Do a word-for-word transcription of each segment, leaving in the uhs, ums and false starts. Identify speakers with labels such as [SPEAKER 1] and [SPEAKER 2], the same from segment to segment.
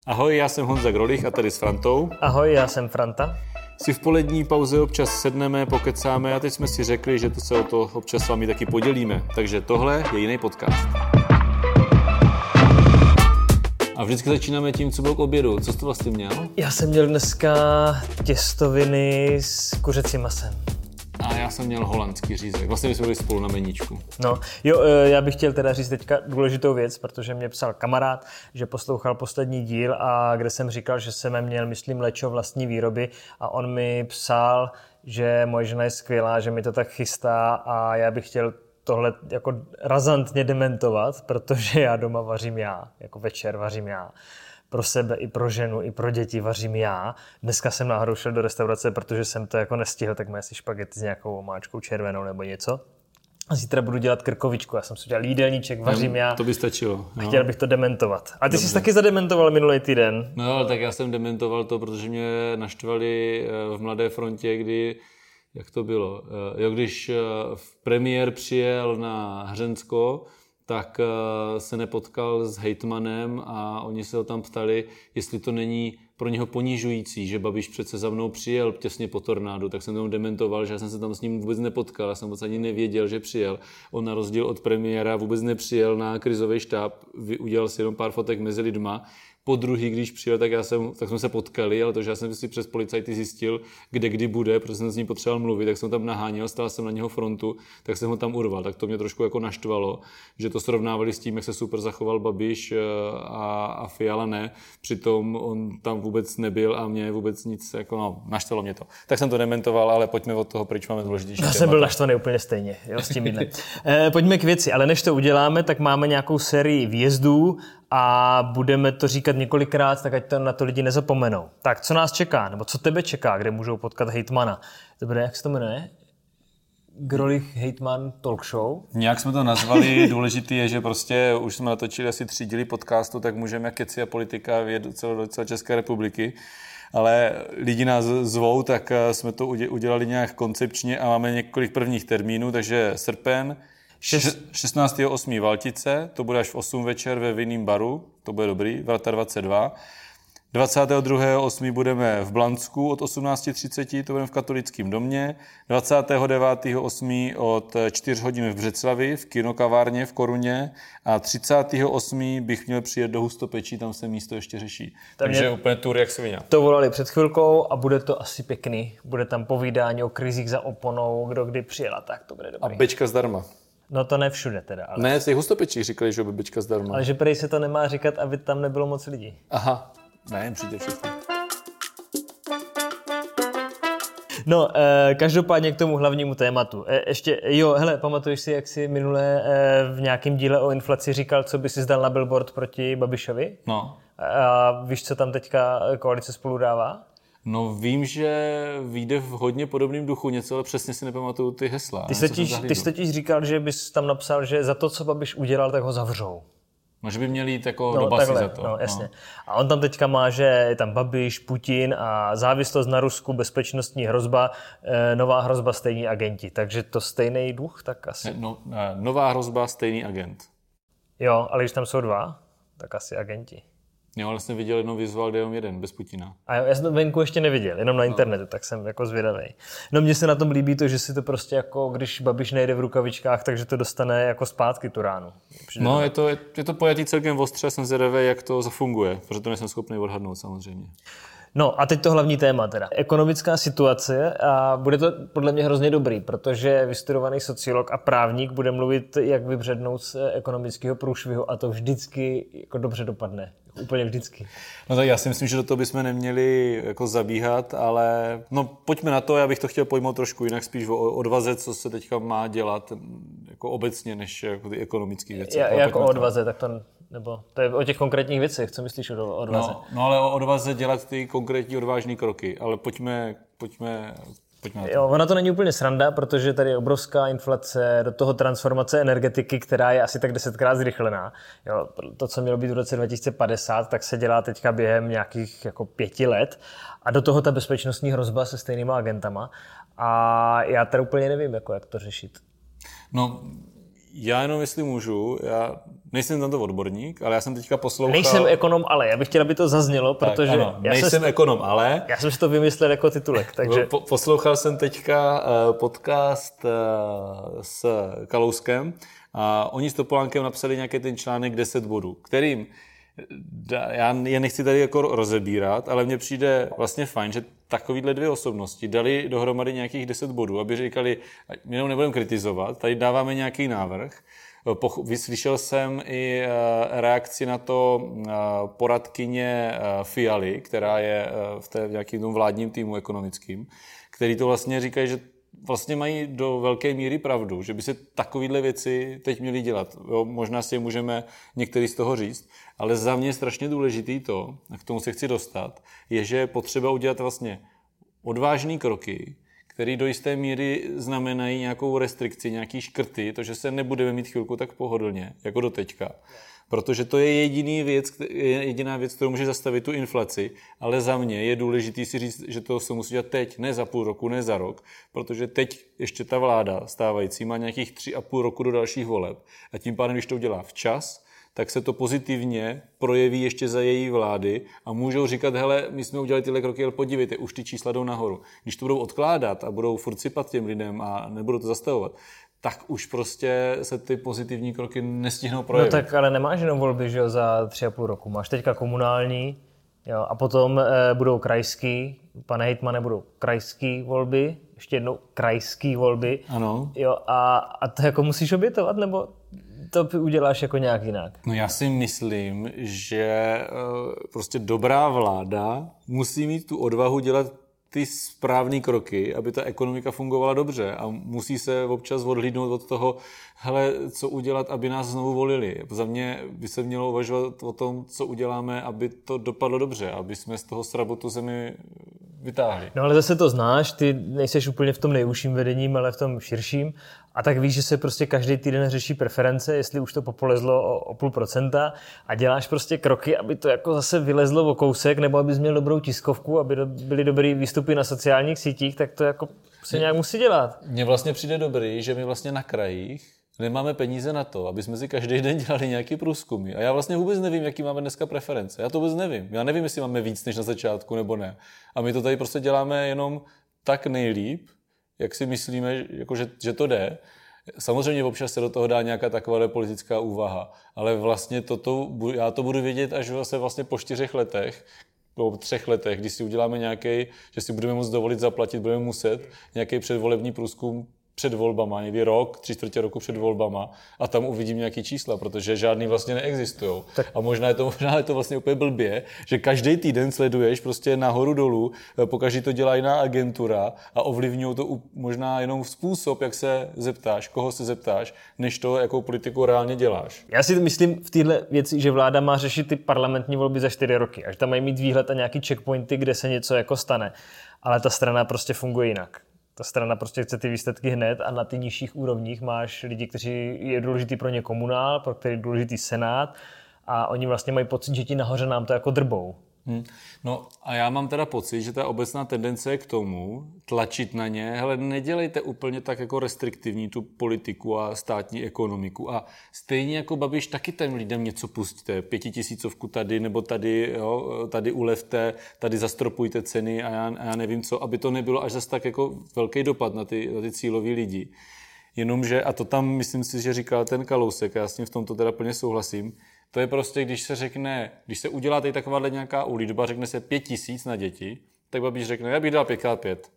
[SPEAKER 1] Ahoj, já jsem Honza Grolich a tady s Frantou.
[SPEAKER 2] Ahoj, já jsem Franta.
[SPEAKER 1] Si v polední pauze občas sedneme, pokecáme a teď jsme si řekli, že to se o to občas s vámi taky podělíme. Takže tohle je jiný podcast. A vždycky začínáme tím, co bylo k obědu. Co jsi to vlastně měl?
[SPEAKER 2] Já jsem měl dneska těstoviny s kuřecím masem.
[SPEAKER 1] A já jsem měl holandský řízek. Vlastně my jsme byli spolu na meníčku.
[SPEAKER 2] No, jo, já bych chtěl teda říct teďka důležitou věc, protože mě psal kamarád, že poslouchal poslední díl a kde jsem říkal, že jsem měl, myslím, lečo vlastní výroby a on mi psal, že moje žena je skvělá, že mi to tak chystá a já bych chtěl tohle jako razantně dementovat, protože já doma vařím já, jako večer vařím já. Pro sebe, i pro ženu, i pro děti vařím já. Dneska jsem náhodou šel do restaurace, protože jsem to jako nestihl, tak mají si špagety s nějakou omáčkou červenou nebo něco. A zítra budu dělat krkovičku. Já jsem si udělal jídelníček, vařím já.
[SPEAKER 1] To by stačilo.
[SPEAKER 2] A chtěl bych to dementovat. A ty Dobře. Jsi taky zadementoval minulý týden.
[SPEAKER 1] No, tak já jsem dementoval to, protože mě naštvali v Mladé frontě, kdy, jak to bylo, jo, když premiér přijel na Hřensko, tak se nepotkal s hejtmanem a oni se ho tam ptali, jestli to není pro něho ponižující, že Babiš přece za mnou přijel těsně po tornádu, tak jsem tomu dementoval, že já jsem se tam s ním vůbec nepotkal, já jsem vůbec ani nevěděl, že přijel. On na rozdíl od premiéra vůbec nepřijel na krizový štáb, udělal si jenom pár fotek mezi lidma. Po druhý, když přijel, tak, já jsem, tak jsme se potkali, ale to, že já jsem si přes policajty zjistil, kde kdy bude, protože jsem s ním potřeboval mluvit, tak jsem tam naháněl, stál jsem na něho frontu, tak jsem ho tam urval. Tak to mě trošku jako naštvalo, že to srovnávali s tím, jak se super zachoval Babiš a, a Fiala ne. Přitom on tam vůbec nebyl a mě vůbec nic, jako no, naštvalo mě to. Tak jsem to dementoval, ale pojďme od toho, pryč máme důležitější témata.
[SPEAKER 2] Já jsem byl naštvaný úplně stejně, jo, s tím jídlem. e, pojďme k věci, ale než to uděláme, tak máme nějakou sérii výjezdů a budeme to říkat několikrát, tak ať to na to lidi nezapomenou. Tak, co nás čeká, nebo co tebe čeká, kde můžou potkat hejtmana? Dobré, jak se to jmenuje? Grolich Hejtman Talk Show?
[SPEAKER 1] Nějak jsme to nazvali, důležitý je, že prostě už jsme natočili asi tři díly podcastu, tak můžeme keci a politika vědět do celé, do celé České republiky. Ale lidi nás zvou, tak jsme to udělali nějak koncepčně a máme několik prvních termínů, takže srpen, šestnáctého osmého Valtice, to bude až v osm večer ve vinným baru, to bude dobrý, Vrata dvacet dva. dvacátého druhého osmého budeme v Blansku od osmnáct třicet, to budeme v katolickém domě. dvacátého devátého osmého od čtyři hodin v Břeclavi, v kinokavárně v Koruně. A třicátého osmého bych měl přijet do Hustopečí, tam se místo ještě řeší.
[SPEAKER 2] Tam
[SPEAKER 1] Takže úplně tur jak svině.
[SPEAKER 2] To volali před chvilkou a bude to asi pěkný. Bude tam povídání o krizích za oponou, kdo kdy přijela, tak to bude dobrý.
[SPEAKER 1] A bečka zdarma.
[SPEAKER 2] No to ne všude teda. Ale...
[SPEAKER 1] Ne, v těch Hustopečích říkali, že by bečka zdarma.
[SPEAKER 2] Ale že prej se to nemá říkat, aby tam nebylo moc lidí.
[SPEAKER 1] Aha, ne, přijde všichni.
[SPEAKER 2] No, eh, každopádně k tomu hlavnímu tématu. Eh, ještě, jo, hele, pamatuješ si, jak jsi minule eh, v nějakém díle o inflaci říkal, co by si zdal na billboard proti Babišovi?
[SPEAKER 1] No.
[SPEAKER 2] A víš, co tam teďka koalice Spolu dává?
[SPEAKER 1] No vím, že vyjde v hodně podobném duchu něco, ale přesně si nepamatuju ty hesla.
[SPEAKER 2] Ty jsi totiž, ty jsi totiž říkal, že bys tam napsal, že za to, co Babiš udělal, tak ho zavřou.
[SPEAKER 1] No, že by měli jít jako
[SPEAKER 2] no,
[SPEAKER 1] do basy
[SPEAKER 2] takhle,
[SPEAKER 1] za to.
[SPEAKER 2] No, jasně. No. A on tam teďka má, že je tam Babiš, Putin a závislost na Rusku, bezpečnostní hrozba, e, nová hrozba, stejní agenti. Takže to stejný duch, tak asi.
[SPEAKER 1] No, nová hrozba, stejný agent.
[SPEAKER 2] Jo, ale když tam jsou dva, tak asi agenti.
[SPEAKER 1] Jo, ale jsem viděl jednou vizuál, kde je jeden, bez Putina.
[SPEAKER 2] A jo, já jsem to venku ještě neviděl, jenom na internetu, no. Tak jsem jako zvědavej. No mně se na tom líbí to, že si to prostě jako, když Babiš nejde v rukavičkách, takže to dostane jako zpátky tu ránu. Přijde
[SPEAKER 1] no, je to, je, je to pojatý celkem ostře, jsem zvědavej, jak to zafunguje, protože to nejsem schopný odhadnout samozřejmě.
[SPEAKER 2] No a teď to hlavní téma teda. Ekonomická situace a bude to podle mě hrozně dobrý, protože vystudovaný sociolog a právník bude mluvit, jak vybřednout z ekonomického průšvihu a to vždycky jako dobře dopadne. Úplně vždycky.
[SPEAKER 1] No tak já si myslím, že do toho bychom neměli jako zabíhat, ale no pojďme na to, já bych to chtěl pojmout trošku jinak, spíš o odvaze, co se teďka má dělat jako obecně, než jako ty ekonomické věci.
[SPEAKER 2] Já, jako o odvaze, tak to, nebo to je o těch konkrétních věcech, co myslíš o odvaze?
[SPEAKER 1] No, no ale o odvaze dělat ty konkrétní odvážné kroky, ale pojďme, pojďme
[SPEAKER 2] Jo, ona to není úplně sranda, protože tady je obrovská inflace, do toho transformace energetiky, která je asi tak desetkrát zrychlená. Jo, to, co mělo být v roce dva tisíce padesát, tak se dělá teďka během nějakých jako pěti let a do toho ta bezpečnostní hrozba se stejnýma agentama a já tady úplně nevím, jako, jak to řešit.
[SPEAKER 1] No, Já jenom, jestli můžu, já nejsem tam to odborník, ale já jsem teďka poslouchal...
[SPEAKER 2] Nejsem ekonom, ale já bych chtěl, aby to zaznělo, protože...
[SPEAKER 1] Tak, ano,
[SPEAKER 2] já
[SPEAKER 1] nejsem
[SPEAKER 2] jsem,
[SPEAKER 1] ekonom, ale...
[SPEAKER 2] Já jsem si to vymyslel jako titulek, takže...
[SPEAKER 1] Po, poslouchal jsem teďka uh, podcast uh, s Kalouskem a oni s Topolánkem napsali nějaký ten článek deset bodů, kterým já je nechci tady jako rozebírat, ale mně přijde vlastně fajn, že takovýhle dvě osobnosti dali dohromady nějakých deset bodů, aby říkali, my jenom nebudeme kritizovat, tady dáváme nějaký návrh. Vyslyšel jsem i reakci na to poradkyně Fialy, která je v té nějakým tom vládním týmu ekonomickým, který to vlastně říkají, že vlastně mají do velké míry pravdu, že by se takovýhle věci teď měly dělat. Jo, možná si je můžeme některý z toho říct, ale za mě je strašně důležitý to, a k tomu se chci dostat, je, že je potřeba udělat vlastně odvážný kroky, které do jisté míry znamenají nějakou restrikci, nějaký škrty, to, že se nebudeme mít chvilku tak pohodlně, jako do teďka. Protože to je jediný věc, jediná věc, kterou může zastavit tu inflaci, ale za mě je důležitý si říct, že to se musí dělat teď, ne za půl roku, ne za rok, protože teď ještě ta vláda stávající má nějakých tři a půl roku do dalších voleb a tím pádem, když to udělá včas, tak se to pozitivně projeví ještě za její vlády a můžou říkat, hele, my jsme udělali tyhle kroky, ale podívejte, už ty čísla jdou nahoru. Když to budou odkládat a budou furt sypat těm lidem a nebudou to zastavovat, tak už prostě se ty pozitivní kroky nestihnou projevit.
[SPEAKER 2] No tak ale nemáš jenom volby, že jo, za tři a půl roku. Máš teďka komunální, jo, a potom e, budou krajský, pane hejtmane, budou krajský volby, ještě jednou krajský volby.
[SPEAKER 1] Ano.
[SPEAKER 2] Jo, a, a to jako musíš obětovat, nebo to uděláš jako nějak jinak?
[SPEAKER 1] No já si myslím, že e, prostě dobrá vláda musí mít tu odvahu dělat ty správné kroky, aby ta ekonomika fungovala dobře a musí se občas odhlídnout od toho, hele, co udělat, aby nás znovu volili. Za mě by se mělo uvažovat o tom, co uděláme, aby to dopadlo dobře, aby jsme z toho srabotu zemi vytáhli.
[SPEAKER 2] No ale zase to znáš, ty nejseš úplně v tom nejužším vedením, ale v tom širším. A tak víš, že se prostě každý týden řeší preference, jestli už to popolezlo o, o půl procenta a děláš prostě kroky, aby to jako zase vylezlo o kousek, nebo abys měl dobrou tiskovku, aby do, byly dobrý výstupy na sociálních sítích, tak to jako se nějak musí dělat.
[SPEAKER 1] Mně vlastně přijde dobrý, že my vlastně na krajích nemáme peníze na to, aby jsme si každý den dělali nějaký průzkumy. A já vlastně vůbec nevím, jaký máme dneska preference. Já to vůbec nevím. Já nevím, jestli máme víc než na začátku nebo ne. A my to tady prostě děláme jenom tak nejlíp, jak si myslíme, jako že, že to jde. Samozřejmě občas se do toho dá nějaká taková politická úvaha, ale vlastně toto, já to budu vědět až vlastně, vlastně po čtyřech letech, po třech letech, když si uděláme nějaký, že si budeme moct dovolit zaplatit, budeme muset nějaký předvolební průzkum před volbama, někdy rok, tři čtvrtě roku před volbama a tam uvidím nějaký čísla, protože žádný vlastně neexistují. A možná je to, možná je to vlastně úplně blbě, že každý týden sleduješ prostě nahoru dolů, pokaždé to dělá jiná agentura a ovlivňují to možná jenom způsob, jak se zeptáš, koho se zeptáš, než to, jakou politiku reálně děláš.
[SPEAKER 2] Já si myslím v téhle věci, že vláda má řešit ty parlamentní volby za čtyři roky, až tam mají mít výhled a nějaký checkpointy, kde se něco jako stane. Ale ta strana prostě funguje jinak. Ta strana prostě chce ty výsledky hned a na ty nižších úrovních máš lidi, kteří je důležitý pro ně komunál, pro který je důležitý senát a oni vlastně mají pocit, že ti nahoře nám to jako drbou.
[SPEAKER 1] Hmm. No a já mám teda pocit, že ta obecná tendence je k tomu tlačit na ně, hele, nedělejte úplně tak jako restriktivní tu politiku a státní ekonomiku a stejně jako Babiš taky těm lidem něco pustíte, pětitisícovku tady nebo tady, jo, tady ulevte, tady zastropujte ceny a já, a já nevím co, aby to nebylo až zase tak jako velký dopad na ty, na ty cílový lidi. Jenomže, a to tam myslím si, že říkal ten Kalousek, já s tím v tomto teda plně souhlasím, to je prostě, když se řekne, když se udělá tady takováhle nějaká úlitba, řekne se pět tisíc na děti, tak Babiš řekne, já bych dal pět krát pět.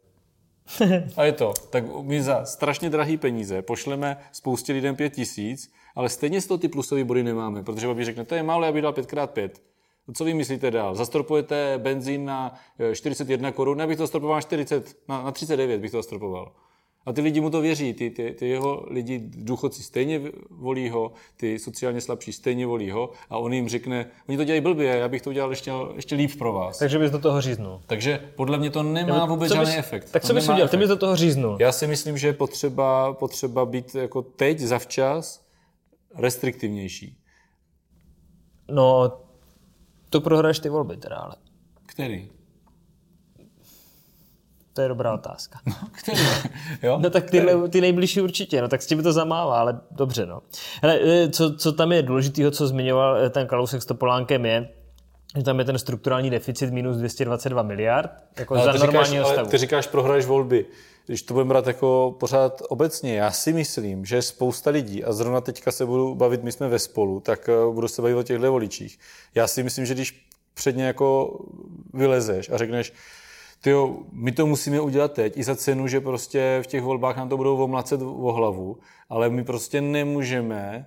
[SPEAKER 1] A je to. Tak my za strašně drahý peníze pošleme spoustě lidem pět tisíc, ale stejně z toho ty plusové body nemáme, protože Babiš řekne, to je málo, já bych dal pět krát pět. Co vy myslíte dál? Zastropujete benzín na čtyřicet jedna korun, já bych to zastropoval na, čtyřicet, na, na třicet devět bych to zastropoval. A ty lidi mu to věří, ty, ty, ty jeho lidi, důchodci stejně volí ho, ty sociálně slabší stejně volí ho a on jim řekne, oni to dělají blbě, já bych to udělal ještě, ještě líp pro vás.
[SPEAKER 2] Takže bys do toho říznul.
[SPEAKER 1] Takže podle mě to nemá vůbec
[SPEAKER 2] co
[SPEAKER 1] žádný
[SPEAKER 2] bys,
[SPEAKER 1] efekt.
[SPEAKER 2] Tak co bys udělal? Ty bys do toho říznul.
[SPEAKER 1] Já si myslím, že je potřeba, potřeba být jako teď zavčas restriktivnější.
[SPEAKER 2] No, to prohraješ ty volby teda, ale.
[SPEAKER 1] Který?
[SPEAKER 2] to je dobrá otázka.
[SPEAKER 1] No, který? Jo?
[SPEAKER 2] No tak ty, ty nejbližší určitě, no tak s tím to zamává, ale dobře, no. Hele, co, co tam je důležitýho, co zmiňoval ten Kalousek s Topolánkem je, že tam je ten strukturální deficit minus dvě stě dvacet dva miliard, jako
[SPEAKER 1] ale
[SPEAKER 2] za
[SPEAKER 1] ty
[SPEAKER 2] normálního
[SPEAKER 1] říkáš,
[SPEAKER 2] stavu.
[SPEAKER 1] Ale ty říkáš, prohraješ volby. Když to budeme brát jako pořád obecně, já si myslím, že je spousta lidí a zrovna teďka se budu bavit, my jsme ve Spolu, tak budu se bavit o těchto voličích. Já si myslím, že když před ně jako vylezeš a řekneš, tyjo, my to musíme udělat teď i za cenu, že prostě v těch volbách nám to budou omlacet o hlavu, ale my prostě nemůžeme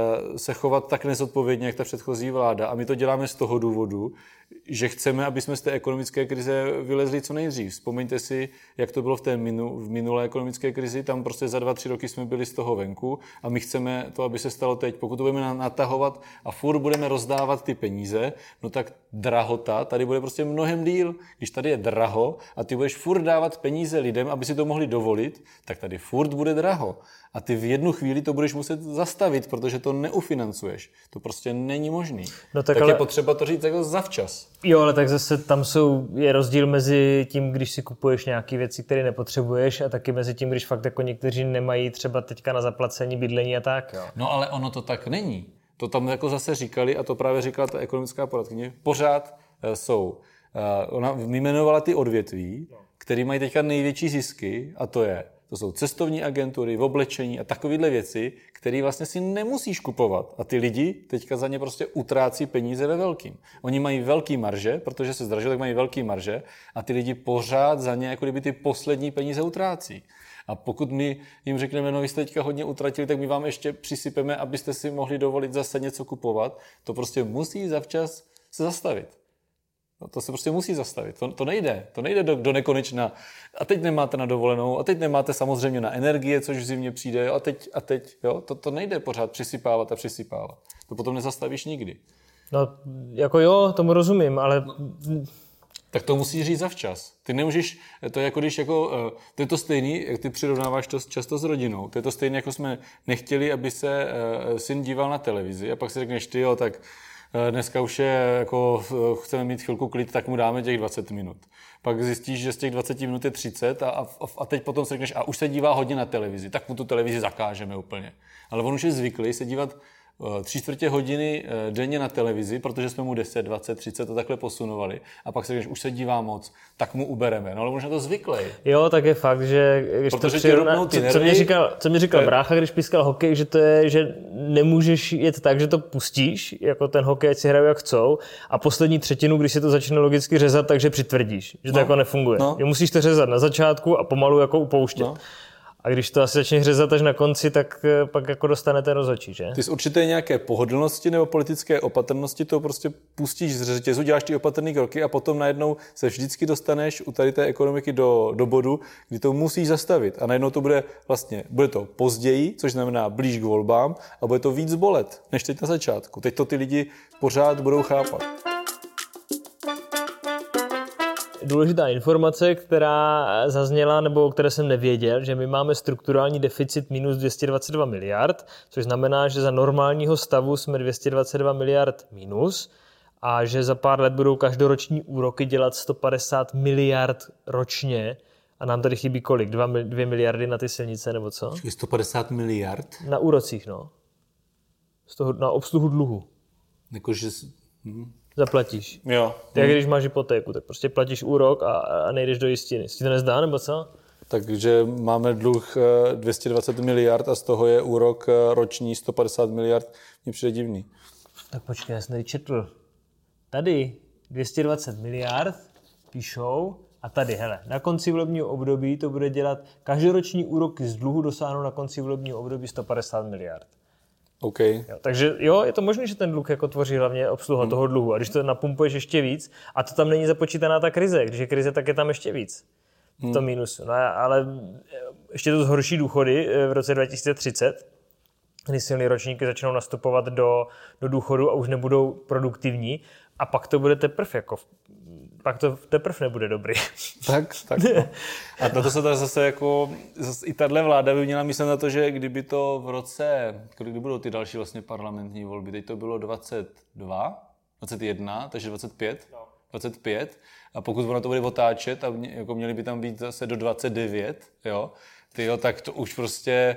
[SPEAKER 1] se chovat tak nezodpovědně, jak ta předchozí vláda. A my to děláme z toho důvodu, že chceme, aby jsme z té ekonomické krize vylezli co nejdřív. Vzpomeňte si, jak to bylo v té minu, v minulé ekonomické krizi, tam prostě za dva, tři roky jsme byli z toho venku a my chceme to, aby se stalo teď. Pokud to budeme natahovat a furt budeme rozdávat ty peníze, no tak drahota tady bude prostě mnohem díl. Když tady je draho a ty budeš furt dávat peníze lidem, aby si to mohli dovolit, tak tady furt bude draho. A ty v jednu chvíli to budeš muset zastavit, protože to neufinancuješ. To prostě není možný. No tak tak ale... je potřeba to říct jako zavčas.
[SPEAKER 2] Jo, ale tak zase tam jsou, je rozdíl mezi tím, když si kupuješ nějaké věci, které nepotřebuješ, a taky mezi tím, když fakt jako někteří nemají třeba teďka na zaplacení bydlení a tak. Jo.
[SPEAKER 1] No ale ono to tak není. To tam jako zase říkali, a to právě říkala ta ekonomická poradkyně, pořád uh, jsou. Uh, ona vyjmenovala ty odvětví, no. které mají teďka největší zisky, a to je To jsou cestovní agentury, v oblečení a takovéhle věci, které vlastně si nemusíš kupovat. A ty lidi teďka za ně prostě utrácí peníze ve velkým. Oni mají velký marže, protože se zdražilo, tak mají velký marže a ty lidi pořád za ně jako kdyby ty poslední peníze utrácí. A pokud my jim řekneme, no vy jste teďka hodně utratili, tak my vám ještě přisypeme, abyste si mohli dovolit zase něco kupovat, to prostě musí zavčas se zastavit. No, to se prostě musí zastavit. To, to nejde. To nejde do, do nekonečna. A teď nemáte na dovolenou, a teď nemáte samozřejmě na energie, což v zimě přijde, a teď, a teď, jo, to, to nejde pořád přisypávat a přisypávat. To potom nezastavíš nikdy.
[SPEAKER 2] No, jako jo, tomu rozumím, ale...
[SPEAKER 1] No, tak to musíš říct zavčas. Ty nemůžeš, to je jako když, jako, to je to stejný, jak ty přirovnáváš to často s rodinou, to je to stejné, jako jsme nechtěli, aby se syn díval na televizi, a pak si řekneš, ty jo, tak dneska už je, jako chceme mít chvilku klid, tak mu dáme těch dvacet minut. Pak zjistíš, že z těch dvacet minut je třicet a, a, a teď potom si řekneš, a už se dívá hodně na televizi, tak mu tu televizi zakážeme úplně. Ale on už je zvyklý se dívat tři čtvrtě hodiny denně na televizi, protože jsme mu deset, dvacet, třicet to takhle posunovali. A pak si řekneš, už se dívá moc, tak mu ubereme. No ale už na to zvyklý.
[SPEAKER 2] Jo, tak je fakt, že když protože to přirovná, co, co mě říkal, co mě říkal brácha, když pískal hokej, že to je, že nemůžeš jet tak, že to pustíš, jako ten hokej, ať si hrajou jak chcou, a poslední třetinu, když se to začne logicky řezat, takže přitvrdíš, že to no, jako nefunguje. No. Musíš to řezat na začátku a pomalu jako upouštět. No. A když to asi začneš řezat až na konci, tak pak jako dostanete rozhodčí, že?
[SPEAKER 1] Ty z určité nějaké pohodlnosti nebo politické opatrnosti to prostě pustíš z řetězu, děláš ty opatrné kroky a potom najednou se vždycky dostaneš u tady té ekonomiky do, do bodu, kdy to musíš zastavit. A najednou to bude vlastně, bude to později, což znamená blíž k volbám, a bude to víc bolet, než teď na začátku. Teď to ty lidi pořád budou chápat.
[SPEAKER 2] Důležitá informace, která zazněla, nebo o které jsem nevěděl, že my máme strukturální deficit minus dvě stě dvacet dva miliard, což znamená, že za normálního stavu jsme dvě stě dvacet dva miliard minus a že za pár let budou každoroční úroky dělat sto padesát miliard ročně a nám tady chybí kolik? Dva, dvě miliardy na ty silnice, nebo co?
[SPEAKER 1] sto padesát miliard?
[SPEAKER 2] Na úrocích, no. Z toho, na obsluhu dluhu.
[SPEAKER 1] Jakože... Hm.
[SPEAKER 2] Zaplatíš.
[SPEAKER 1] Jo.
[SPEAKER 2] Tak hmm. když máš hypotéku, tak prostě platíš úrok a, a nejdeš do jistiny. Si to nezdá, nebo co?
[SPEAKER 1] Takže máme dluh dvě stě dvacet miliard a z toho je úrok roční sto padesát miliard. Mně přijde divný.
[SPEAKER 2] Tak počkej, já jsem tady četl. Tady dvě stě dvacet miliard píšou a tady, hele, na konci volebního období to bude dělat, každoroční úroky z dluhu dosáhnou na konci volebního období sto padesát miliard.
[SPEAKER 1] Okay.
[SPEAKER 2] Jo, takže jo, je to možné, že ten dluh jako tvoří hlavně obsluha hmm. toho dluhu. A když to napumpuješ ještě víc, a to tam není započítaná ta krize. Když je krize, tak je tam ještě víc. Hmm. To mínusu. No, ale ještě to zhorší důchody v roce dva tisíce třicet, kdy silný ročníky začnou nastupovat do, do důchodu a už nebudou produktivní. A pak to bude teprve jako... pak to teprve nebude dobrý.
[SPEAKER 1] Tak, tak. No. A na to se zase jako, zase i tahle vláda by měla myslet na to, že kdyby to v roce, kdy budou ty další vlastně parlamentní volby, teď to bylo dvacet dva, dvacet jedna, takže dvacet pět, no. dvacet pět a pokud ono to bude otáčet a jako měli by tam být zase do dvacet devět, jo, tyjo, tak to už prostě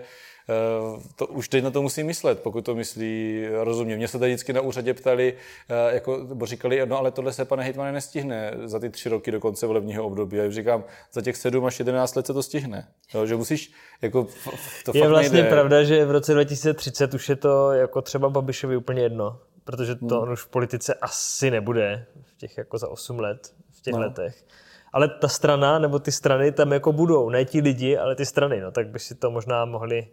[SPEAKER 1] to už teď na to musí myslet, pokud to myslí rozumně. Mě se tady vždycky na úřadě ptali, jako, bo říkali, no ale tohle se, pane hejtmane, nestihne za ty tři roky do konce volebního období. A říkám, za těch sedm až jedenáct let se to stihne. Jo, že musíš, jako, to
[SPEAKER 2] je
[SPEAKER 1] fakt
[SPEAKER 2] vlastně
[SPEAKER 1] nejde.
[SPEAKER 2] pravda, že v roce dva tisíce třicet už je to jako třeba Babišovi úplně jedno, protože to hmm. on už v politice asi nebude v těch jako za osm let, v těch no. letech. Ale ta strana, nebo ty strany tam jako budou, ne ti lidi, ale ty strany, no tak by si to možná mohli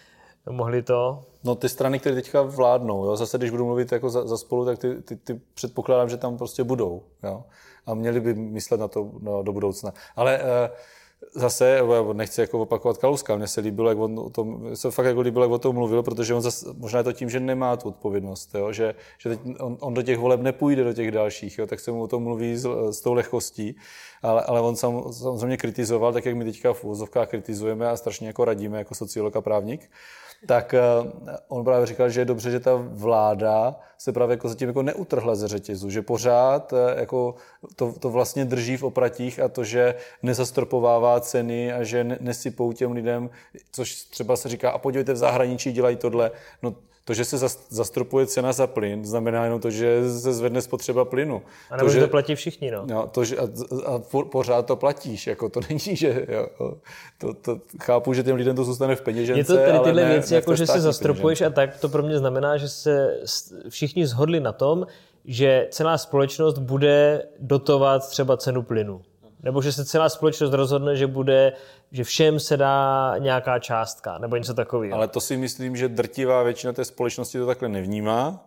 [SPEAKER 2] mohli to...
[SPEAKER 1] No ty strany, které teďka vládnou, jo? Zase když budu mluvit jako za, za Spolu, tak ty, ty, ty předpokládám, že tam prostě budou. Jo? A měli by myslet na to no, do budoucna. Ale e, zase, nechci jako opakovat Kalouska, mně se líbilo, jak on o tom, se fakt jako líbilo, jak o tom mluvil, protože on zase, možná je to tím, že nemá tu odpovědnost, jo? Že, že teď on, on do těch voleb nepůjde do těch dalších, jo? Tak se mu o tom mluví s, s tou lehkostí, ale, ale on sam, samozřejmě kritizoval, tak jak my teďka v úvozovkách kritizujeme a strašně jako radíme jako sociolog a právník, tak on právě říkal, že je dobře, že ta vláda se právě jako zatím jako neutrhla ze řetězu, že pořád jako to, to vlastně drží v opratích a to, že nezastropovává ceny a že nesypou těm lidem, což třeba se říká, a podívejte, v zahraničí dělají tohle, no to, že se zastropuje cena za plyn, znamená jenom to, že se zvedne spotřeba plynu.
[SPEAKER 2] A nebo to, že to platí všichni, no.
[SPEAKER 1] no to, že, a, a pořád to platíš, jako to není, že jo, to, to, chápu, že těm lidem to zůstane v peněžence,
[SPEAKER 2] je to tady
[SPEAKER 1] ale
[SPEAKER 2] tyhle
[SPEAKER 1] ne,
[SPEAKER 2] věci,
[SPEAKER 1] ne
[SPEAKER 2] jako že se zastropuješ
[SPEAKER 1] peněžence.
[SPEAKER 2] A tak, to pro mě znamená, že se všichni shodli na tom, že celá společnost bude dotovat třeba cenu plynu. Nebo že se celá společnost rozhodne, že bude, že všem se dá nějaká částka, nebo něco takového.
[SPEAKER 1] Ale to si myslím, že drtivá většina té společnosti to takhle nevnímá.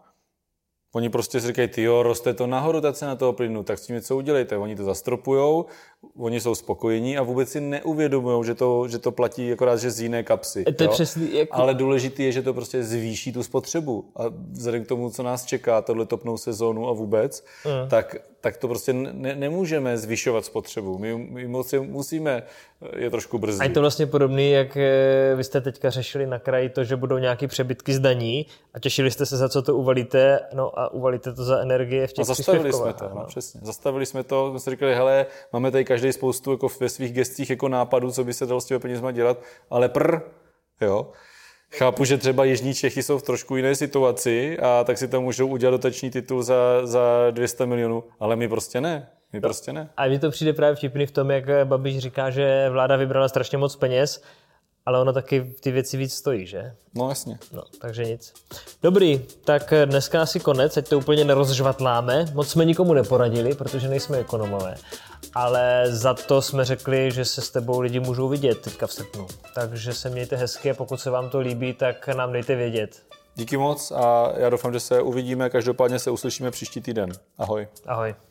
[SPEAKER 1] Oni prostě si říkají, tyjo, roste to nahoru ta cena toho plynu, tak s tím něco udělejte. Oni to zastropujou, oni jsou spokojení a vůbec si neuvědomujou, že to, že to platí akorát, že z jiné kapsy.
[SPEAKER 2] To je přesný, jako...
[SPEAKER 1] Ale důležité je, že to prostě zvýší tu spotřebu. A vzhledem k tomu, co nás čeká, tohle topnou sezónu a vůbec, mm. tak, tak to prostě ne, nemůžeme zvyšovat spotřebu. My, my musíme je trošku brzdit.
[SPEAKER 2] A je to vlastně podobný, jak vy jste teďka řešili na kraji to, že budou nějaké přebytky z daní a těšili jste se, za co to uvalíte, no a uvalíte to za energie v těch příspěvkovách.
[SPEAKER 1] Zastavili jsme to, no, přesně. Zastavili jsme to, jsme si říkali, hele, máme tady každý spoustu jako ve svých gestích jako nápadů, co by se dalo s těmi penězma dělat, ale prr, jo. Chápu, že třeba jižní Čechy jsou v trošku jiné situaci a tak si tam můžou udělat dotační titul za, za dvě stě milionů, ale my prostě ne. My no. prostě ne.
[SPEAKER 2] A mně to přijde právě vtipný v tom, jak Babiš říká, že vláda vybrala strašně moc peněz, ale ono taky ty věci víc stojí, že?
[SPEAKER 1] No jasně.
[SPEAKER 2] No, takže nic. Dobrý, tak dneska asi konec, ať to úplně nerozžvatláme. Moc jsme nikomu neporadili, protože nejsme ekonomové. Ale za to jsme řekli, že se s tebou lidi můžou vidět teďka v srpnu. Takže se mějte hezky a pokud se vám to líbí, tak nám dejte vědět.
[SPEAKER 1] Díky moc a já doufám, že se uvidíme, každopádně se uslyšíme příští týden. Ahoj.
[SPEAKER 2] Ahoj.